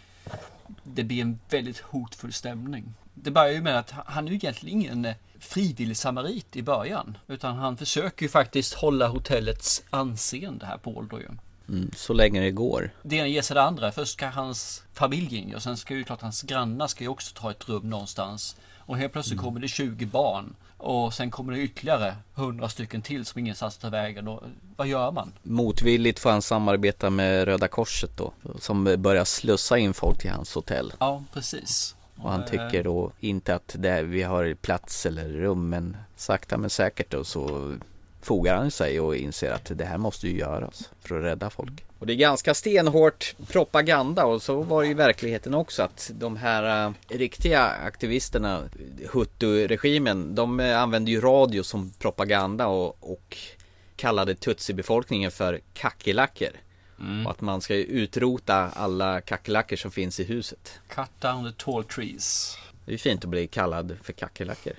det blir en väldigt hotfull stämning. Det börjar ju med att han är ju egentligen ingen frivillig samarit i början. Utan han försöker ju faktiskt hålla hotellets anseende här på Paul. Mm, så länge det går. Det ena ger sig det andra. Först ska hans familj in och sen ska ju klart hans grannar ska ju också ta ett rum någonstans. Och helt plötsligt mm. kommer det tjugo barn. Och sen kommer det ytterligare hundra stycken till som ingen satt ta vägen. Och vad gör man? Motvilligt får han samarbeta med Röda Korset då. Som börjar slussa in folk till hans hotell. Ja, precis. Och han tycker då inte att det, vi har plats eller rum. Men sakta men säkert då så fogar han sig och inser att det här måste ju göras för att rädda folk. Och det är ganska stenhårt propaganda och så var det i verkligheten också att de här uh, riktiga aktivisterna, Hutu-regimen, de uh, använde ju radio som propaganda och, och kallade Tutsi-befolkningen för kackerlackor. Mm. Och att man ska utrota alla kackerlackor som finns i huset. Cut down the tall trees. Det är ju fint att bli kallad för kackerlackor.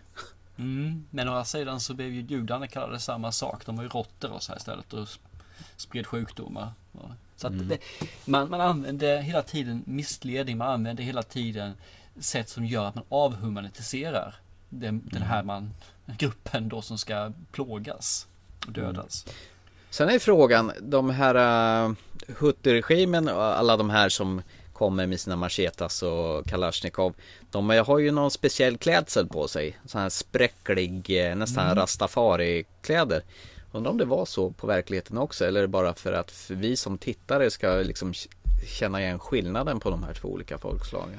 Mm, men å andra sidan så blev ju judarna kallade samma sak. De var ju råttor och så här istället och spred sjukdomar. Så att mm. det, man, man använder hela tiden missledning, man använder hela tiden sätt som gör att man avhumaniserar den, mm. den här man, gruppen då som ska plågas och dödas. Mm. Sen är frågan, de här uh, Hutu-regimen och alla de här som kommer med sina machetas och Kalashnikov, de har ju någon speciell klädsel på sig, sån här spräcklig, nästan mm. rastafari-kläder. Undrar om det var så på verkligheten också, eller bara för att för vi som tittare ska liksom känna igen skillnaden på de här två olika folkslagen.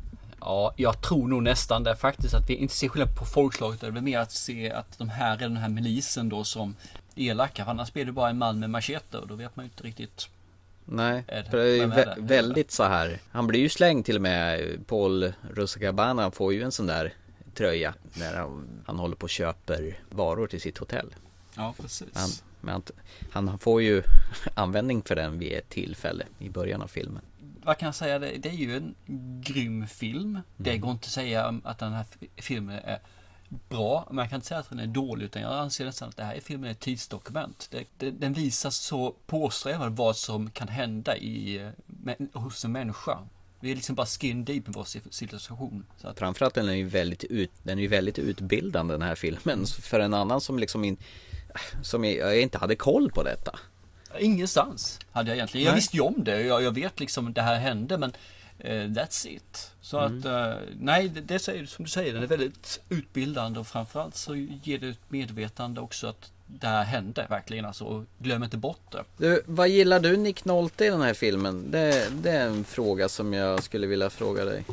Ja, jag tror nog nästan det faktiskt, att vi inte ser skillnad på folkslaget. Det är mer att se att de här är den här milisen då som elaka. Annars blir det bara en man med machete och då vet man ju inte riktigt. Nej, för det är ju vä- väldigt så här. Han blir ju slängd till och med. Paul Rusesabagina får ju en sån där tröja när han, han håller på och köper varor till sitt hotell. Ja, precis. Han, men han, han får ju användning för den vid ett tillfälle i början av filmen. Vad kan jag säga? Det, det är ju en grym film. Mm. Det går inte att säga att den här filmen är bra, men jag kan inte säga att den är dålig, utan jag anser nästan att det här är filmen är ett tidsdokument. Det, det, den visar så påsträvad vad som kan hända i, med, hos en människa. Vi är liksom bara skin deep i vår situation. Så att... Framförallt den är ju väldigt, ut, den är ju väldigt utbildande, den här filmen, för en annan som liksom in, som jag inte hade koll på detta. Ingenstans hade jag egentligen. Jag Nej. visste ju om det. Jag, jag vet liksom det här hände, men uh, that's it. Så mm. att, uh, nej, det, det är som du säger, den är väldigt utbildande och framförallt så ger det ett medvetande också att det här hände verkligen, alltså glöm inte bort det. Du, vad gillar du Nick Nolte i den här filmen? Det, det är en fråga som jag skulle vilja fråga dig.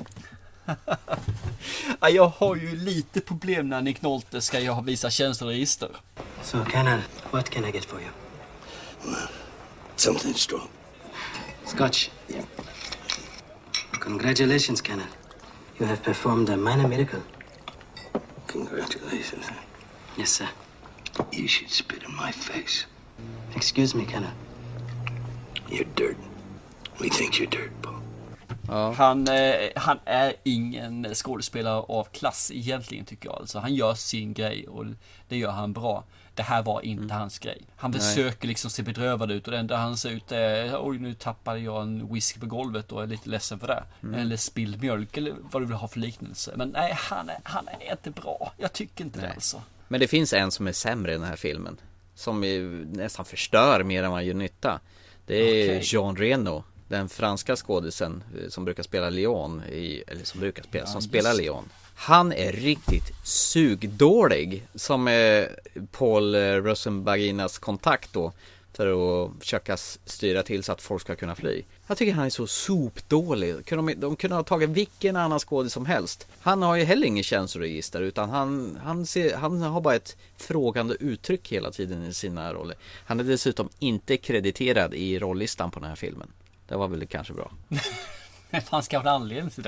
Jag har ju lite problem när Nick Nolte ska jag visa känsloregister. So, Canon, what can I get for you? Something strong. Scotch. Yeah. Congratulations, Canon. You have performed a minor miracle. Congratulations. Yes, sir. You should spit in my face. Excuse me, Canon. You're dirt. We think you're dirt, Paul. Ja. Han, eh, han är ingen skådespelare av klass egentligen, tycker jag. Alltså, han gör sin grej och det gör han bra. Det här var inte mm. hans grej. Han Nej. försöker liksom se bedrövad ut och det enda han ser ut är oj, nu tappade jag en whisky på golvet och är lite ledsen för det. Mm. Eller spilld mjölk eller vad du vill ha för liknelse. Men nej, han är, han är inte bra. Jag tycker inte nej. det alltså. Men det finns en som är sämre i den här filmen. Som nästan förstör mer än vad gör nytta. Det är okay. Jean Reno. Den franska skådisen som brukar spela Leon i, eller som brukar spela, ja, som spelar Leon. Han är riktigt sugdålig som är Paul Rusesbaginas kontakt då för att försöka styra till så att folk ska kunna fly. Jag tycker han är så sopdålig. De, de kunde ha tagit vilken annan skådis som helst. Han har ju heller ingen känsloregister utan han, han, ser, han har bara ett frågande uttryck hela tiden i sina roller. Han är dessutom inte krediterad i rolllistan på den här filmen. Det var väl kanske bra. Det fanns kanske anledning till det.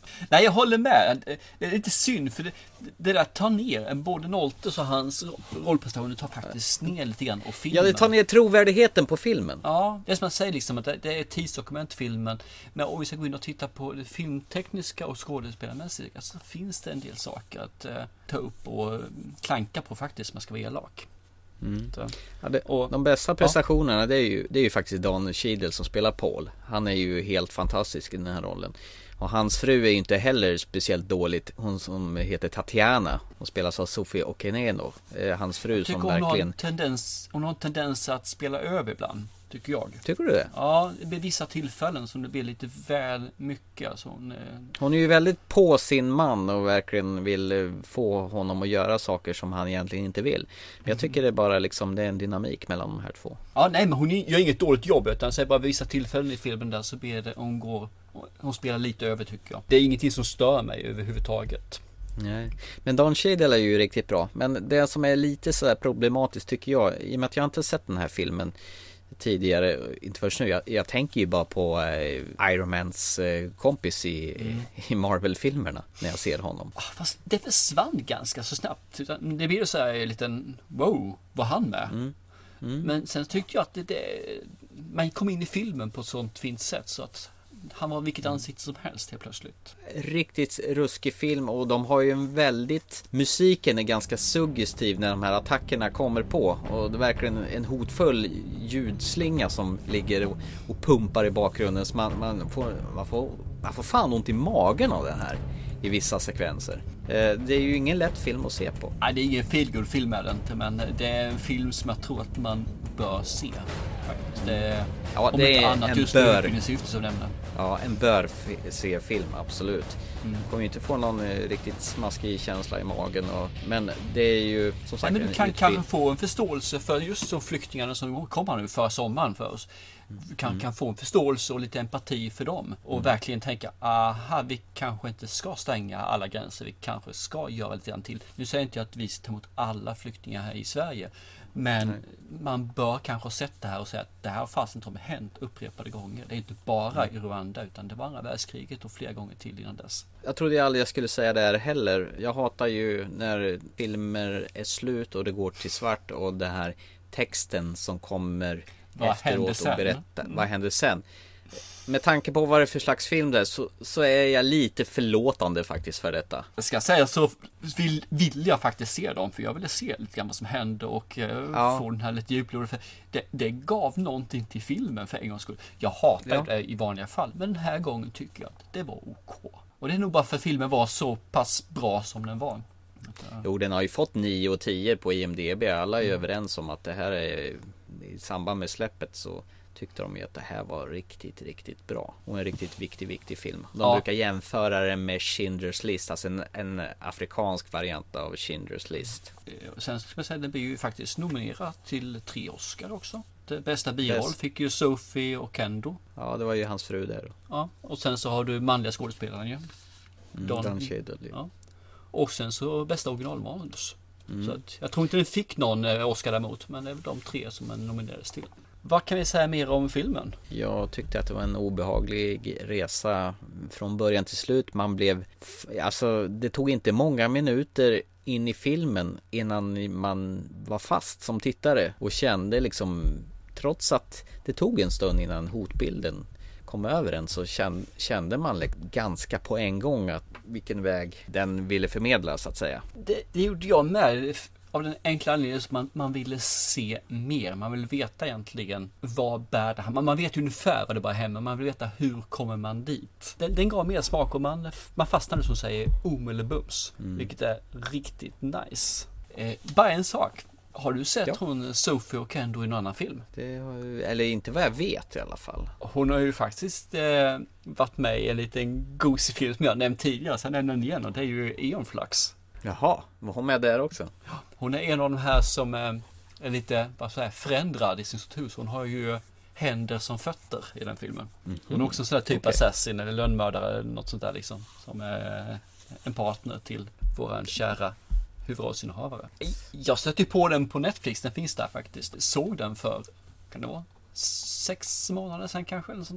Nej, jag håller med. Det är lite synd för det, det där tar ner en både Noltes och hans rollprestationer tar faktiskt ner lite grann och filmen. Ja, det tar ner trovärdigheten på filmen. Ja, det är som man säger liksom att det, det är tidsdokumentfilmen. Men om vi ska gå in och titta på det filmtekniska och skådespelarmässiga så finns det en del saker att uh, ta upp och klanka på faktiskt, man ska vara elak. Mm. Ja, det, och, de bästa prestationerna ja. det, är ju, det är ju faktiskt Don Cheadle som spelar Paul. Han är ju helt fantastisk i den här rollen. Och hans fru är ju inte heller speciellt dåligt. Hon som heter Tatiana och spelas av Sofia Okeneno. eh, Hans fru som hon verkligen har tendens, Hon har en tendens att spela över ibland, tycker jag. Tycker du det? Ja, det blir vissa tillfällen som det blir lite väl mycket alltså hon, eh... hon är ju väldigt på sin man och verkligen vill få honom att göra saker som han egentligen inte vill. Men jag tycker det är bara liksom, det är en dynamik mellan de här två. Ja, nej, men hon gör inget dåligt jobb, utan säger bara vissa tillfällen i filmen där så blir det, hon går hon spelar lite över, tycker jag. Det är ingenting som stör mig överhuvudtaget. Nej. Men Don Cheadle är ju riktigt bra. Men det som är lite så här problematiskt tycker jag, i och med att jag inte sett den här filmen tidigare, inte först nu, jag, jag tänker ju bara på eh, Iron Mans eh, kompis i, mm. i Marvel-filmerna när jag ser honom. Oh, fast det försvann ganska så snabbt. Det blir så här en liten, wow, var han med? Mm. Mm. Men sen tyckte jag att det, det, man kom in i filmen på ett sånt fint sätt så att han var vilket ansikte som helst helt plötsligt. Riktigt ruskig film, och de har ju en väldigt, musiken är ganska suggestiv när de här attackerna kommer på, och det är verkligen en hotfull ljudslinga som ligger och, och pumpar i bakgrunden, så man, man, får, man, får, man får fan ont i magen av den här i vissa sekvenser. Det är ju ingen lätt film att se på. Nej, det är ingen feelgood film är det inte, men det är en film som jag tror att man bör se faktiskt. Det är, ja, om det inte är annat en just bör. i syfte som nämnde. Ja, en bör f- se film, absolut. Mm. Kommer ju inte få någon eh, riktigt smaskig känsla i magen, och, men det är ju som sagt. Nej, men du kan utbild- kanske få en förståelse för just så flyktingarna som kommer nu för sommaren för oss. Du kan, mm. kan få en förståelse och lite empati för dem och mm. verkligen tänka, aha, vi kanske inte ska stänga alla gränser, vi kanske ska göra lite grann till. Nu säger inte jag att vi ska ta emot alla flyktingar här i Sverige, men Nej. man bör kanske ha sett det här och säga att det här har fast inte hänt upprepade gånger. Det är inte bara i Rwanda, utan det var andra världskriget och flera gånger till innan dess. Jag trodde aldrig jag skulle säga det här heller. Jag hatar ju när filmer är slut och det går till svart, och det här texten som kommer vad efteråt och berätta mm. vad händer sen. Med tanke på vad det är för slags film det är, så, så är jag lite förlåtande faktiskt för detta. Jag ska säga så vill, vill jag faktiskt se dem, för jag ville se lite grann vad som hände och eh, ja. få den här lite djuploddet, för det, det gav någonting till filmen för en gångs skull. Jag hatar ja. det i vanliga fall, men den här gången tycker jag att det var OK. Och det är nog bara för att filmen var så pass bra som den var. Jo, den har ju fått nio och tio på I M D B. Alla är mm. överens om att det här är, i samband med släppet så tyckte de ju att det här var riktigt, riktigt bra. Och en riktigt viktig, viktig film. De ja. brukar jämföra det med Schindler's List, alltså en, en afrikansk variant av Schindler's List. Sen ska jag säga, den blir ju faktiskt nominerad till tre Oscar också. Det bästa biroll Best. fick ju Sophie Oquendo. Ja, det var ju hans fru där. Ja, och sen så har du manliga skådespelaren ju. Mm, Don, Don Cheadle. Ja. Och sen så bästa originalmanus. Mm. Så att, jag tror inte den fick någon Oscar däremot, men det är de tre som den nominerades till. Vad kan vi säga mer om filmen? Jag tyckte att det var en obehaglig resa från början till slut. Man blev, alltså det tog inte många minuter in i filmen innan man var fast som tittare och kände liksom, trots att det tog en stund innan hotbilden kom över en, så kände man ganska på en gång att vilken väg den ville förmedla, så att säga. Det, det gjorde jag med, av den enkla anledningen att man, man ville se mer. Man vill veta egentligen vad bär det här. Man, man vet ju ungefär vad det bara händer. Man vill veta hur kommer man dit. Den, den gav mer smak och man, man fastnade som säger omedelbums. Mm. Vilket är riktigt nice. Eh, bara en sak. Har du sett ja. hon Sophie Oquendo i någon annan film? Det har, eller inte vad jag vet i alla fall. Hon har ju faktiskt eh, varit med i en liten gosig film som jag nämnt tidigare. Sen nämner den igen, och det är ju Eon Flux. Jaha, var hon med där också? Hon är en av de här som eh, är lite vad säger, förändrad i sin struktur. Hon har ju händer som fötter i den filmen. Mm. Hon är också en sån där typ okay. assassin eller lönnmördare eller något sånt där liksom. Som är en partner till våran kära huvudrollsinnehavare. Jag stötte på den på Netflix, den finns där faktiskt. Såg den för, kan det vara, sex månader sedan kanske eller sånt där.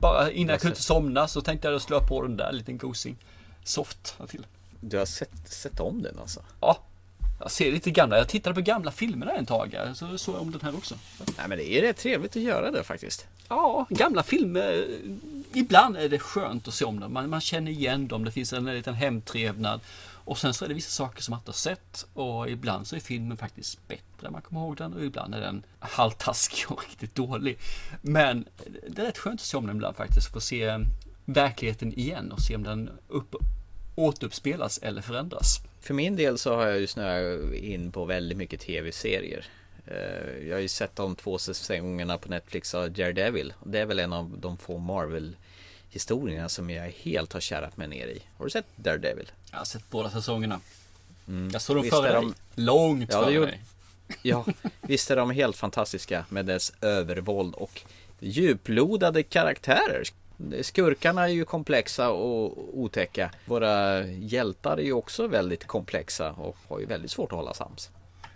Bara innan jag kunde somna så tänkte jag att slå på den där liten gosing soft till. Du har sett, sett om den alltså? Ja, jag ser lite gamla. Jag tittade på gamla filmer en tag, så såg jag om den här också. Nej, men det är rätt trevligt att göra det faktiskt. Ja, gamla filmer. Ibland är det skönt att se om dem. Man, man känner igen dem. Det finns en liten hemtrevnad. Och sen så är det vissa saker som man inte har sett. Och ibland så är filmen faktiskt bättre än man kommer ihåg den. Och ibland är den halvtaskig och riktigt dålig. Men det är rätt skönt att se om den ibland faktiskt. Få se verkligheten igen och se om den upp, återuppspelas eller förändras. För min del så har jag ju snöat in på väldigt mycket tv-serier. Jag har ju sett de två säsongerna på Netflix av Daredevil. Det är väl en av de få Marvel-historierna som jag helt har kärat mig ner i. Har du sett Daredevil? Jag har sett båda säsongerna. Mm. Jag såg dem före dig. De... Långt ja, före gjorde... dig. Ja, visst är de helt fantastiska med dess övervåld och djuplodade karaktärer. Skurkarna är ju komplexa och otäcka. Våra hjältar är ju också väldigt komplexa och har ju väldigt svårt att hålla sams.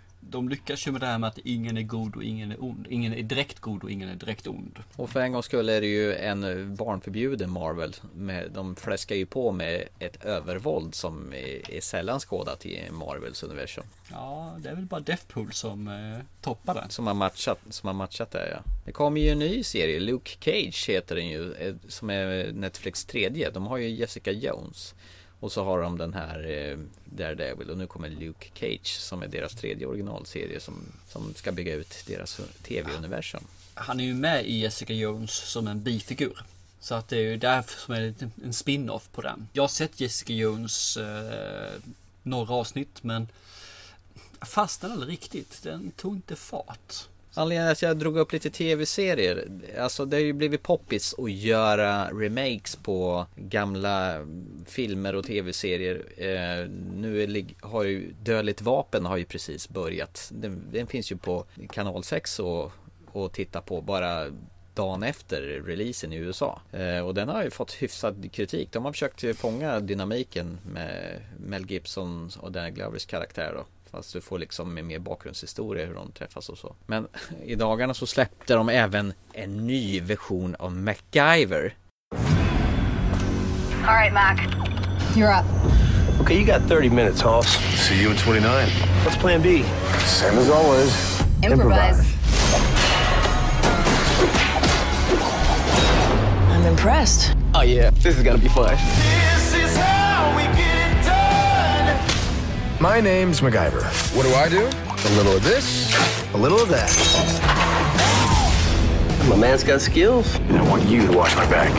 De lyckas ju med det här med att ingen är god och ingen är ond. Ingen är direkt god och ingen är direkt ond. Och för en gång skulle är det ju en barnförbjuden Marvel. Med, de fläskar ju på med ett övervåld som är, är sällan skådat i Marvels universum. Ja, det är väl bara Deathpool som eh, toppar den. Som har matchat, som har matchat det, ja. Det kommer ju en ny serie, Luke Cage heter den ju, som är Netflix tredje. De har ju Jessica Jones. Och så har de den här eh, Daredevil och nu kommer Luke Cage som är deras tredje originalserie som, som ska bygga ut deras tv-universum. Han är ju med i Jessica Jones som en bifigur. Så att det är ju därför som är en spin-off på den. Jag har sett Jessica Jones eh, några avsnitt men jag fastnade aldrig riktigt. Den tog inte fart. Anledningen att jag drog upp lite tv-serier, alltså det har ju blivit poppis att göra remakes på gamla filmer och tv-serier. Eh, nu är, har ju Dödligt vapen har ju precis börjat. Den, den finns ju på kanal sex och, och titta på bara dagen efter releasen i U S A. Eh, och den har ju fått hyfsad kritik. De har försökt fånga dynamiken med Mel Gibson och Danny Glovers karaktär då. Fast du får liksom med mer bakgrundshistoria hur de träffas och så. Men i dagarna så släppte de även en ny version av MacGyver. All right, Mac. You're up. Okay, you got thirty minutes, Hoss. See you in twenty-nine. What's plan B? Same as always. Improvise. I'm impressed. Oh yeah, this is gonna be fun. This is how we get it done. My name's MacGyver. What do I do? A little of this, a little of that. My man's got skills. And I want you to watch my back.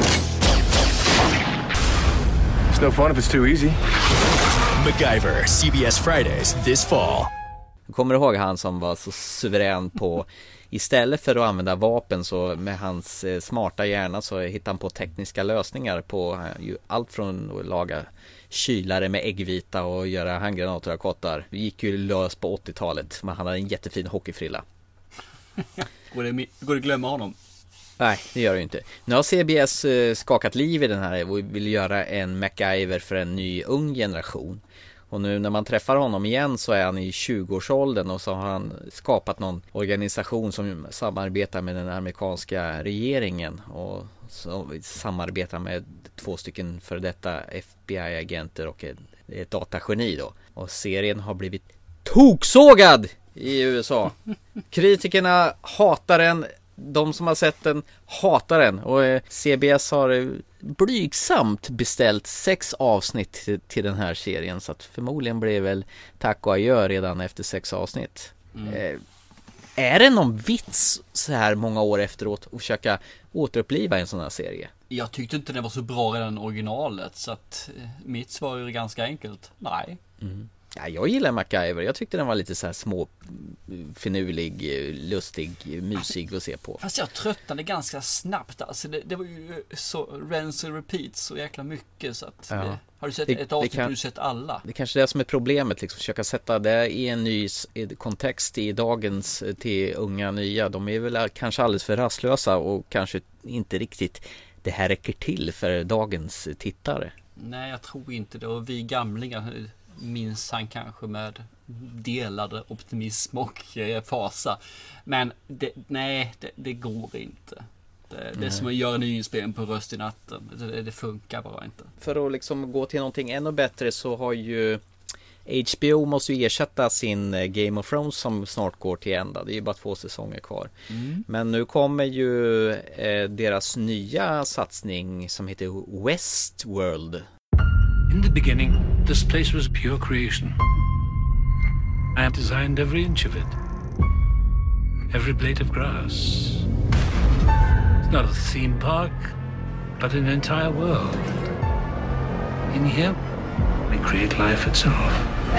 It's no fun if it's too easy. MacGyver, C B S Fridays this fall. Kommer du ihåg han som var så suverän på istället för att använda vapen så med hans eh, smarta hjärna så hittade han på tekniska lösningar på eh, ju, allt från att laga kylare med äggvita och göra handgranater och kottar. Det gick ju lös på åttiotalet men han hade en jättefin hockeyfrilla. Går det, går det glömma honom? Nej, det gör det ju inte. Nu har C B S eh, skakat liv i den här och vill göra en MacGyver för en ny ung generation. Och nu när man träffar honom igen så är han i tjugoårsåldern och så har han skapat någon organisation som samarbetar med den amerikanska regeringen och så samarbetar med två stycken för detta F B I-agenter och ett, ett datageni då. Och serien har blivit toksågad i U S A. Kritikerna hatar den. De som har sett den hatar den och C B S har blygsamt beställt sex avsnitt till, till den här serien så att förmodligen blir väl tack och adjö redan efter sex avsnitt. Mm. Eh, är det någon vits så här många år efteråt att försöka återuppliva en sån här serie? Jag tyckte inte den var så bra redan originalet så att mitt svar är ganska enkelt. Nej. Mm. Ja, jag gillar MacGyver. Jag tyckte den var lite så här små finurlig, lustig, mysig att se på. Fast jag tröttnade ganska snabbt. Alltså det, det var ju så rinse and repeat så jäkla mycket så att ja. det, har du sett det, ett avsnitt kan, har du sett alla. Det kanske är det som är problemet liksom, försöka sätta det i en ny kontext i dagens till unga nya. De är väl kanske alldeles för rastlösa och kanske inte riktigt det här räcker till för dagens tittare. Nej, jag tror inte det. Och vi gamlingar minns han kanske med delade optimism och fasa. Men det, nej, det, det går inte. Det, det är mm. som att göra en nyinspelning på Röst i natten. Det, det funkar bara inte. För att liksom gå till någonting ännu bättre så har ju H B O måste ju ersätta sin Game of Thrones som snart går till ända. Det är ju bara två säsonger kvar. Mm. Men nu kommer ju eh, deras nya satsning som heter Westworld. In the beginning, this place was pure creation. I have designed every inch of it. Every blade of grass. It's not a theme park, but an entire world. In here, we create life itself.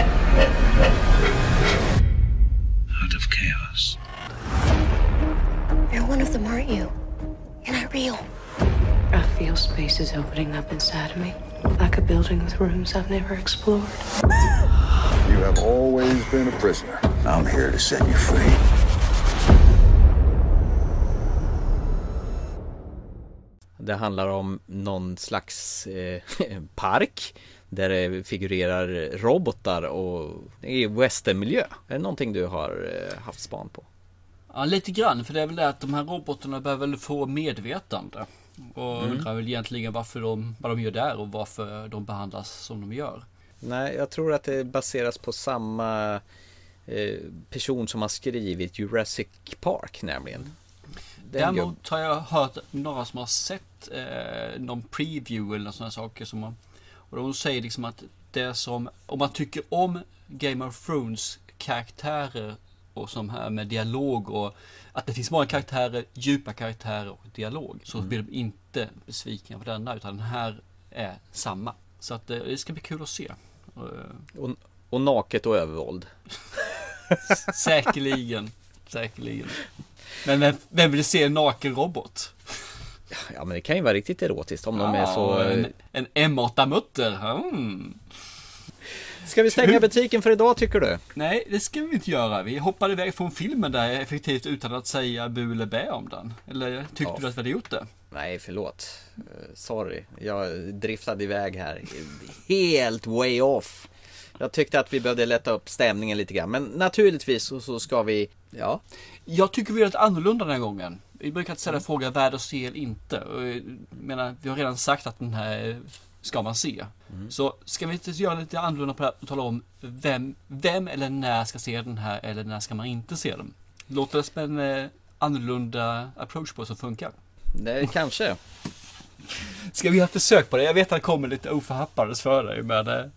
Out of chaos. You're one of them, aren't you? You're not real. I feel space is opening up inside of me. Like a building with rooms I've never explored. You have always been a prisoner. I'm here to set you free. Det handlar om någon slags eh, park där det figurerar robotar och i westernmiljö. Är det någonting du har eh, haft span på? Ja, lite grann, för det är väl det att de här robotarna behöver väl få medvetande. Och mm. undrar väl egentligen varför de, vad de gör där och varför de behandlas som de gör. Nej, jag tror att det baseras på samma eh, person som har skrivit Jurassic Park nämligen. Den Däremot har jag hört några som har sett eh, någon preview eller sådana saker som man, och de säger liksom att det som, om man tycker om Game of Thrones karaktärer och som här med dialog och att det finns många karaktärer, djupa karaktärer och dialog, så mm. blir de inte besvikna på denna, utan den här är samma. Så att det ska bli kul att se. Och, och naket och övervåld. Säkerligen. Säkerligen. Men vem, vem vill se en naken robot? Ja, men det kan ju vara riktigt erotiskt om ja, de är så... En, en M åtta-mutter. Mm. Ska vi stänga butiken för idag, tycker du? Nej, det ska vi inte göra. Vi hoppade iväg från filmen där effektivt utan att säga bu eller bä om den. Eller tyckte ja. du att vi hade gjort det? Nej, förlåt. Uh, sorry. Jag driftade iväg här. Helt way off. Jag tyckte att vi behövde lätta upp stämningen lite grann. Men naturligtvis så, så ska vi... Ja. Jag tycker vi är lite annorlunda den här gången. Vi brukar inte ställa mm. fråga värd och se eller inte. Och jag menar, vi har redan sagt att den här ska man se. Mm. Så ska vi inte göra lite annorlunda på det och tala om vem, vem eller när ska se den här eller när ska man inte se den. Låter det som en eh, annorlunda approach på som funkar? Nej, kanske. Ska vi ha försök på det? Jag vet att det kommer lite oförhappades för dig med det.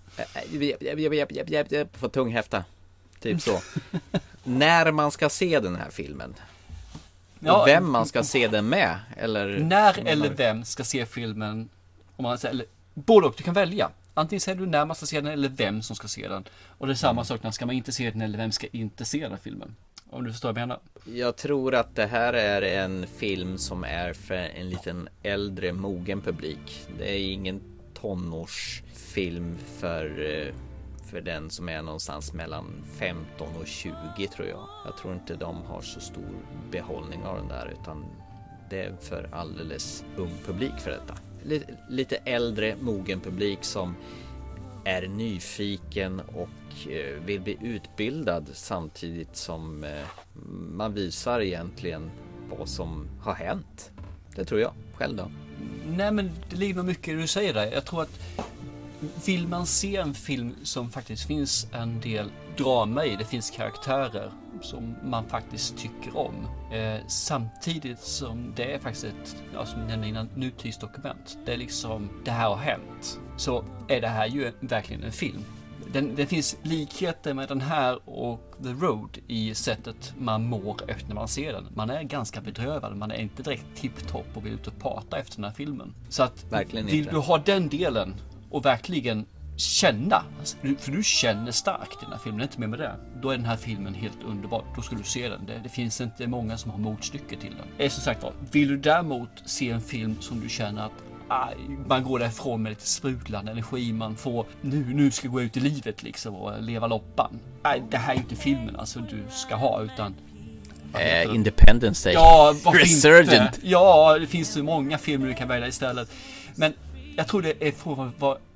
Få tunghäfta. Typ så. När man ska se den här filmen. Ja, och vem man ska se den med. Eller när eller vem ska se filmen. Om man säger, eller, både och, du kan välja. Antingen säger du när man ska se den eller vem som ska se den. Och det är samma mm. sak när ska man inte se den eller vem ska inte se den filmen. Om du förstår vad jag menar. Jag tror att det här är en film som är för en liten äldre mogen publik. Det är ingen tonårsfilm för, för den som är någonstans mellan femton och tjugo, tror jag. Jag tror inte de har så stor behållning av den där, utan det är för alldeles ung publik för detta. Lite, lite äldre mogen publik som är nyfiken och eh, vill bli utbildad samtidigt som eh, man visar egentligen vad som har hänt. Det tror jag själv då. Nej, men det ligger nog mycket i det du säger där. Jag tror att vill man se en film som faktiskt finns en del drama i, det finns karaktärer som man faktiskt tycker om, eh, samtidigt som det är faktiskt ett, ja, som nämnde innan, nutidsdokument. Det är liksom, det här har hänt. Så är det här ju verkligen en film. Den, det finns likheter med den här och The Road i sättet man mår efter när man ser den. Man är ganska bedrövad, man är inte direkt tipptopp och vill ut och prata efter den här filmen. Så att verkligen vill inte. Du ha den delen och verkligen känna, för du känner starkt i den här filmen, inte med med det. Då är den här filmen helt underbar. Då ska du se den. Det, det finns inte många som har motstycke till den. Är som sagt då, vill du däremot se en film som du känner att aj, man går därifrån med lite sprudlande energi, man får nu, nu ska gå ut i livet liksom och leva loppan. Aj, det här är inte filmen alltså du ska ha, utan eh, Independence Day. Ja, Resurgent. Ja, det finns så många filmer du kan välja istället. Men jag tror det är för att vara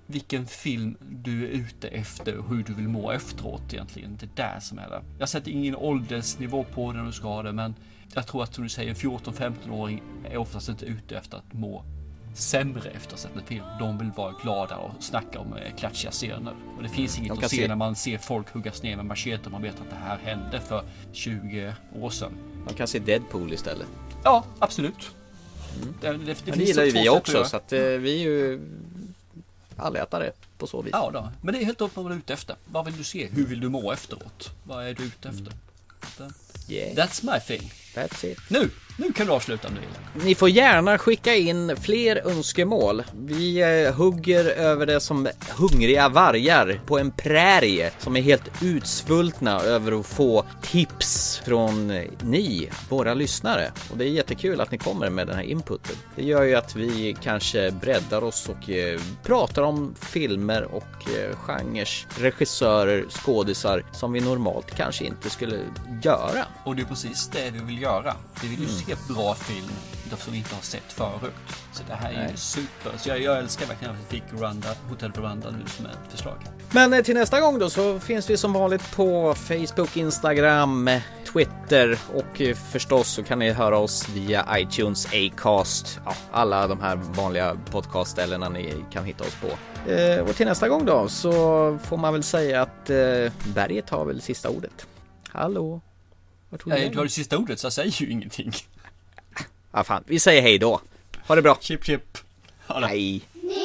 vilken film du är ute efter och hur du vill må efteråt egentligen. Det är där som är det. Jag sätter ingen åldersnivå på när du ska ha det, men jag tror att som du säger, en fjorton-femton-åring är oftast inte ute efter att må sämre efter att ha sett en film. De vill vara glada och snacka om klatschiga scener. Och det finns inget att se, se när man ser folk huggas ner med machete och man vet att det här hände för tjugo år sedan. Man kan se Deadpool istället. Ja, absolut. Mm. Det, det, det, det gillar ju vi också, så att eh, vi är ju allätare på så vis. Ja då, men det är helt upp vad du är ute efter. Vad vill du se? Hur vill du må efteråt? Vad är du ute efter? Mm. Yeah. That's my thing. That's it. Nu, nu kan du avsluta nu. Ni får gärna skicka in fler önskemål. Vi eh, hugger över det som hungriga vargar på en prärie som är helt utsvultna över att få tips från eh, ni, våra lyssnare. Och det är jättekul att ni kommer med den här inputen. Det gör ju att vi kanske breddar oss och eh, pratar om filmer och eh, genres, regissörer, skådisar som vi normalt kanske inte skulle göra. Och det är precis det vi vill göra. Vi vill ju mm. se bra film som vi inte har sett förut. Så det här är Nej. ju super. Så jag, jag älskar verkligen att vi fick Rwanda, Hotel Rwanda nu som ett förslag. Men till nästa gång då så finns vi som vanligt på Facebook, Instagram, Twitter och förstås så kan ni höra oss via iTunes, Acast, ja, alla de här vanliga podcastställena ni kan hitta oss på. Eh, och till nästa gång då så får man väl säga att eh, berget har väl sista ordet. Hallå? Nej, du har det sista ordet så jag säger ju ingenting. Ja, fan. Vi säger hej då. Ha det bra. Chip, chip. Ha det. Hej.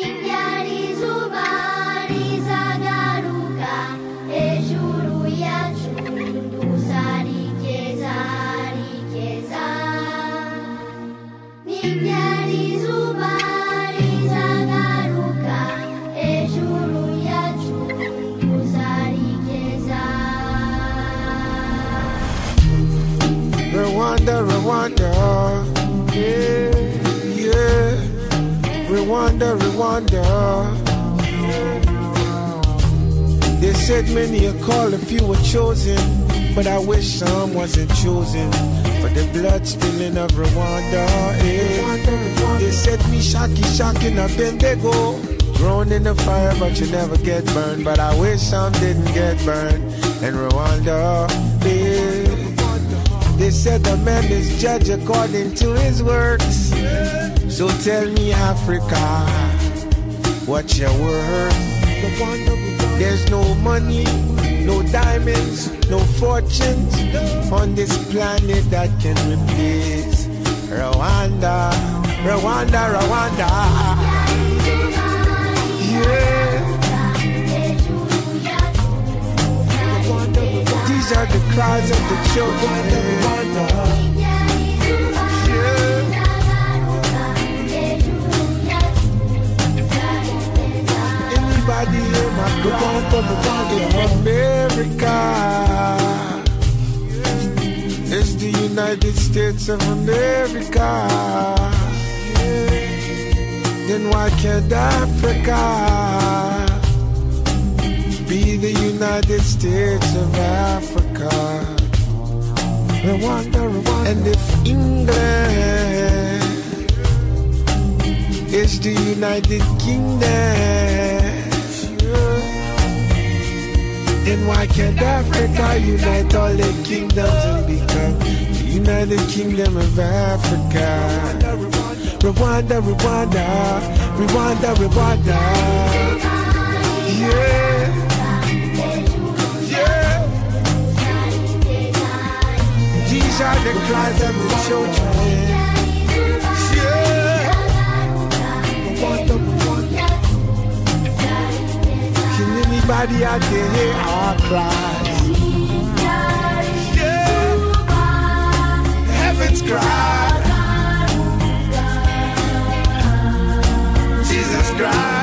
Rwanda, Rwanda, yeah, yeah. Rwanda, Rwanda. They said many are called, a few were chosen, but I wish some wasn't chosen for the blood spilling of Rwanda. Yeah. They said me shocky, shocking up and they go. Thrown in the fire, but you never get burned. But I wish some didn't get burned in Rwanda. Yeah. They said the man is judged according to his works. So tell me, Africa, what's your worth? There's no money, no diamonds, no fortunes on this planet that can replace Rwanda, Rwanda, Rwanda. Yeah. These are the cries of the children. Yeah. Anybody hear my cry from America? It's the United States of America. Then why can't Africa be the United States of Africa? Rwanda, Rwanda. And if England is the United Kingdom, then why can't Africa unite all the kingdoms and become the United Kingdom of Africa? Rwanda, Rwanda, Rwanda, Rwanda. Yeah. These are the cries of the children. Yeah. Can anybody out there hear our cries? Yeah. Heaven's cry. Jesus Christ.